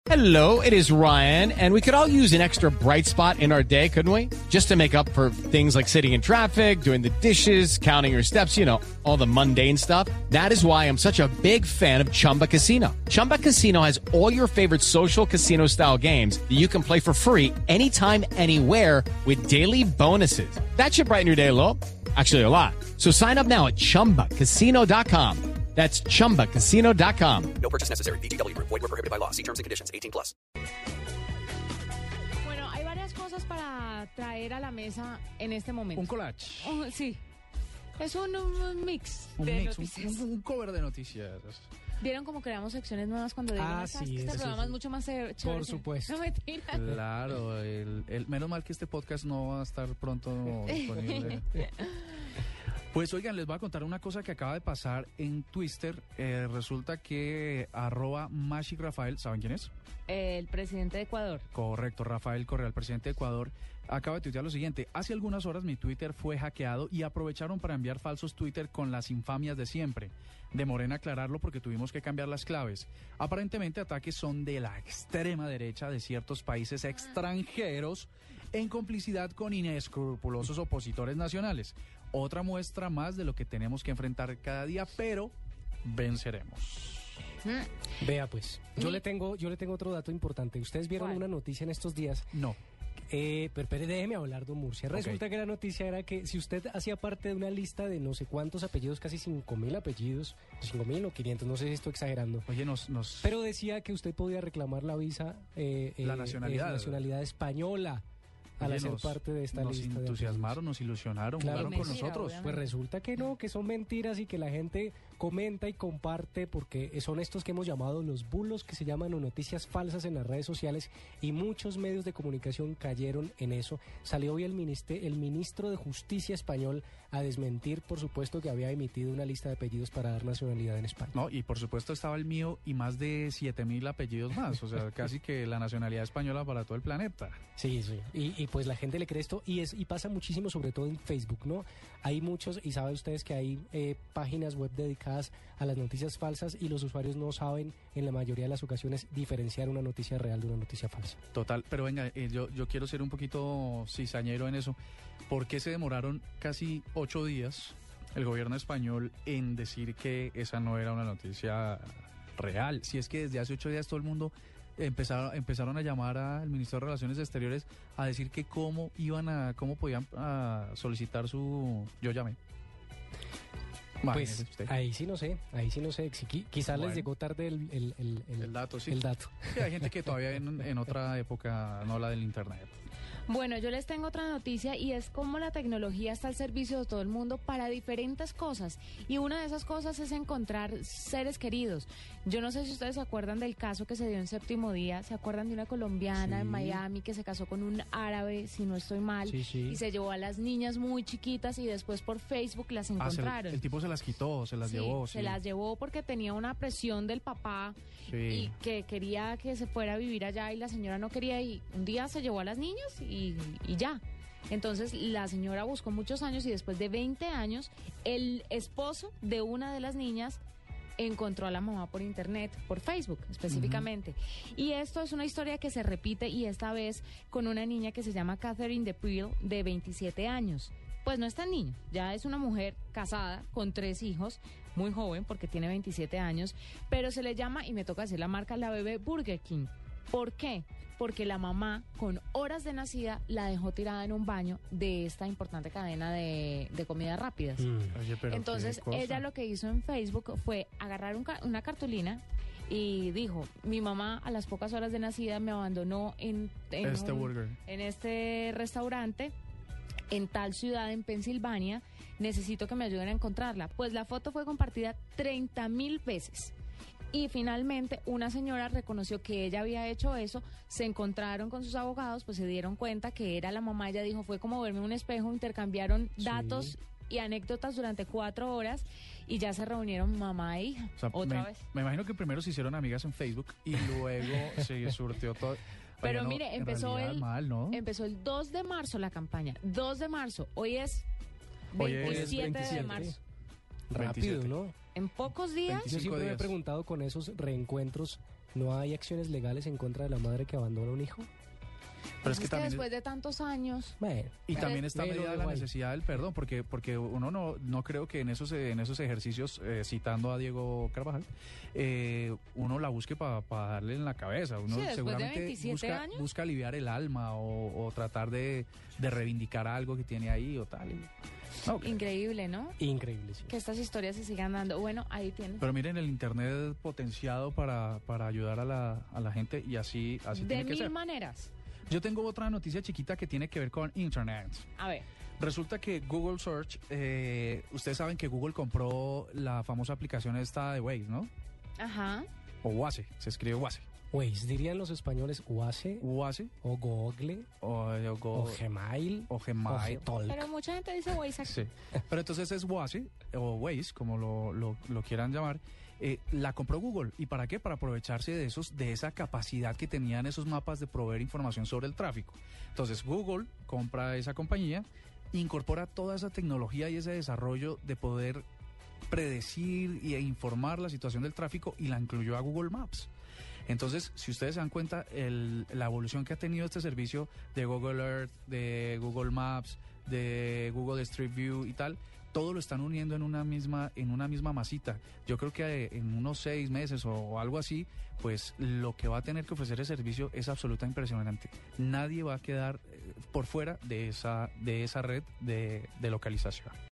Hello, it is Ryan, and we could all use an extra bright spot in our day, couldn't we? Just to make up for things like sitting in traffic, doing the dishes, counting your steps, you know, all the mundane stuff. That is why I'm such a big fan of Chumba Casino. Chumba Casino has all your favorite social casino-style games that you can play for free anytime, anywhere with daily bonuses. That should brighten your day a little. Actually, a lot. So sign up now at ChumbaCasino.com. That's ChumbaCasino.com. No purchase necessary. VGW Group. Void where prohibited by law. See terms and conditions. 18+. Bueno, hay varias cosas para traer a la mesa en este momento. Un collage. Sí. Es un mix Un de mix, noticias. un cover de noticias. ¿Vieron cómo creamos secciones nuevas cuando digo Ah, "¿Sabes sí, que este sí, programa sí. es mucho más chévere"? Por supuesto. No, mentira. Claro, menos mal que este podcast no va a estar pronto disponible. Pues oigan, les voy a contar una cosa que acaba de pasar en Twitter. Resulta que @MagicRafael, ¿saben quién es? El presidente de Ecuador. Correcto, Rafael Correa, el presidente de Ecuador, acaba de tuitear lo siguiente: hace algunas horas mi Twitter fue hackeado y aprovecharon para enviar falsos Twitter con las infamias de siempre. Demoré en aclararlo porque tuvimos que cambiar las claves. Aparentemente ataques son de la extrema derecha de ciertos países extranjeros en complicidad con inescrupulosos opositores nacionales. Otra muestra más de lo que tenemos que enfrentar cada día, pero venceremos. Vea pues, yo le tengo otro dato importante. Ustedes vieron ¿Cuál? una noticia en estos días. No. Pero espere, déjeme hablar, don Murcia. Resulta que la noticia era que si usted hacía parte de una lista de no sé cuántos apellidos, casi 5.000 apellidos, 5.000 o 500, no sé si estoy exagerando. Oye, Pero decía que usted podía reclamar la visa, La nacionalidad. nacionalidad española al Oye, hacer parte de esta nos lista. de entusiasmaron, nos ilusionaron, Claro, jugaron con mentira, nosotros. obviamente. Pues resulta que no, que son mentiras y que la gente comenta y comparte porque son estos que hemos llamado los bulos, que se llaman o noticias falsas en las redes sociales, y muchos medios de comunicación cayeron en eso. Salió hoy el ministro de Justicia español a desmentir, por supuesto, que había emitido una lista de apellidos para dar nacionalidad en España. No, y por supuesto estaba el mío y más de 7.000 apellidos más, o sea, casi que la nacionalidad española para todo el planeta. Sí, sí. Y pues la gente le cree esto y pasa muchísimo, sobre todo en Facebook, ¿no? Hay muchos, y saben ustedes que hay páginas web dedicadas a las noticias falsas y los usuarios no saben en la mayoría de las ocasiones diferenciar una noticia real de una noticia falsa. Total, pero venga, yo quiero ser un poquito cizañero en eso. ¿Por qué se demoraron casi 8 días el gobierno español en decir que esa no era una noticia real? Si es que desde hace 8 días todo el mundo empezaron a llamar al ministro de Relaciones Exteriores a decir que cómo podían solicitar su... Yo llamé. Imagínese Pues usted. ahí sí no sé. Quizás Bueno. les llegó tarde El dato, sí. el dato. Sí, hay gente que todavía en otra época no la del internet. Bueno, yo les tengo otra noticia y es cómo la tecnología está al servicio de todo el mundo para diferentes cosas. Y una de esas cosas es encontrar seres queridos. Yo no sé si ustedes se acuerdan del caso que se dio en Séptimo Día. ¿Se acuerdan de una colombiana Sí. en Miami que se casó con un árabe, si no estoy mal? Sí, sí. Y se llevó a las niñas muy chiquitas y después por Facebook las encontraron. El tipo se las quitó, se las Sí, llevó. se sí. las llevó porque tenía una presión del papá Sí. y que quería que se fuera a vivir allá y la señora no quería, y un día se llevó a las niñas y ya. Entonces la señora buscó muchos años y después de 20 años el esposo de una de las niñas encontró a la mamá por internet, por Facebook específicamente. Y esto es una historia que se repite y esta vez con una niña que se llama Catherine DePril, de 27 años. Pues no es tan niña, ya es una mujer casada con 3 hijos, muy joven porque tiene 27 años, pero se le llama, y me toca decir la marca, la bebé Burger King. ¿Por qué? Porque la mamá, con horas de nacida, la dejó tirada en un baño de esta importante cadena de comidas rápidas. Oye, pero Entonces, qué cosa. ella lo que hizo en Facebook fue agarrar una cartulina y dijo: mi mamá a las pocas horas de nacida me abandonó en este restaurante en tal ciudad en Pensilvania, necesito que me ayuden a encontrarla. Pues la foto fue compartida 30.000 veces. Y finalmente una señora reconoció que ella había hecho eso, se encontraron con sus abogados, pues se dieron cuenta que era la mamá. Ella dijo: fue como verme en un espejo, intercambiaron datos y anécdotas durante 4 horas y ya se reunieron mamá e hija, O sea, otra vez. Me imagino que primero se hicieron amigas en Facebook y luego se surtió todo. Pero Oye, no, mire, en empezó realidad mal, ¿no? empezó el 2 de marzo la campaña, 2 de marzo, hoy es Hoy es 27 de 27. marzo. Rápido, 27. ¿no? En pocos días. Yo siempre me he días. preguntado con esos reencuentros ¿No hay acciones legales en contra de la madre que abandona un hijo? Pero es que también después de tantos años... Bueno, y también está Pero medida la igual. necesidad del perdón, porque uno no creo que en esos ejercicios, citando a Diego Carvajal, uno la busque para darle en la cabeza. Uno Sí, después de seguramente 27 años. busca aliviar el alma o tratar de reivindicar algo que tiene ahí o tal. No, ok. Increíble, ¿no? increíble, sí. Que estas historias se sigan dando. Bueno, ahí tienes. Pero miren, el internet potenciado para ayudar a la gente y así De tiene que mil ser. maneras. Yo tengo otra noticia chiquita que tiene que ver con internet. A ver. Resulta que Google Search, ustedes saben que Google compró la famosa aplicación esta de Waze, ¿no? Ajá. O Waze, se escribe Waze. Waze, dirían los españoles Waze Waze o Google o Gmail o Gmail. o Talk. Pero mucha gente dice Waze aquí. Sí. Pero entonces es Waze o Waze, como lo quieran llamar. La compró Google. ¿Y para qué? Para aprovecharse de esa capacidad que tenían esos mapas de proveer información sobre el tráfico. Entonces Google compra esa compañía, incorpora toda esa tecnología y ese desarrollo de poder predecir e informar la situación del tráfico y la incluyó a Google Maps. Entonces, si ustedes se dan cuenta, la evolución que ha tenido este servicio de Google Earth, de Google Maps, de Google Street View y tal, todo lo están uniendo en una misma masita. Yo creo que en unos 6 meses o algo así, pues lo que va a tener que ofrecer el servicio es absolutamente impresionante. Nadie va a quedar por fuera de esa red de localización.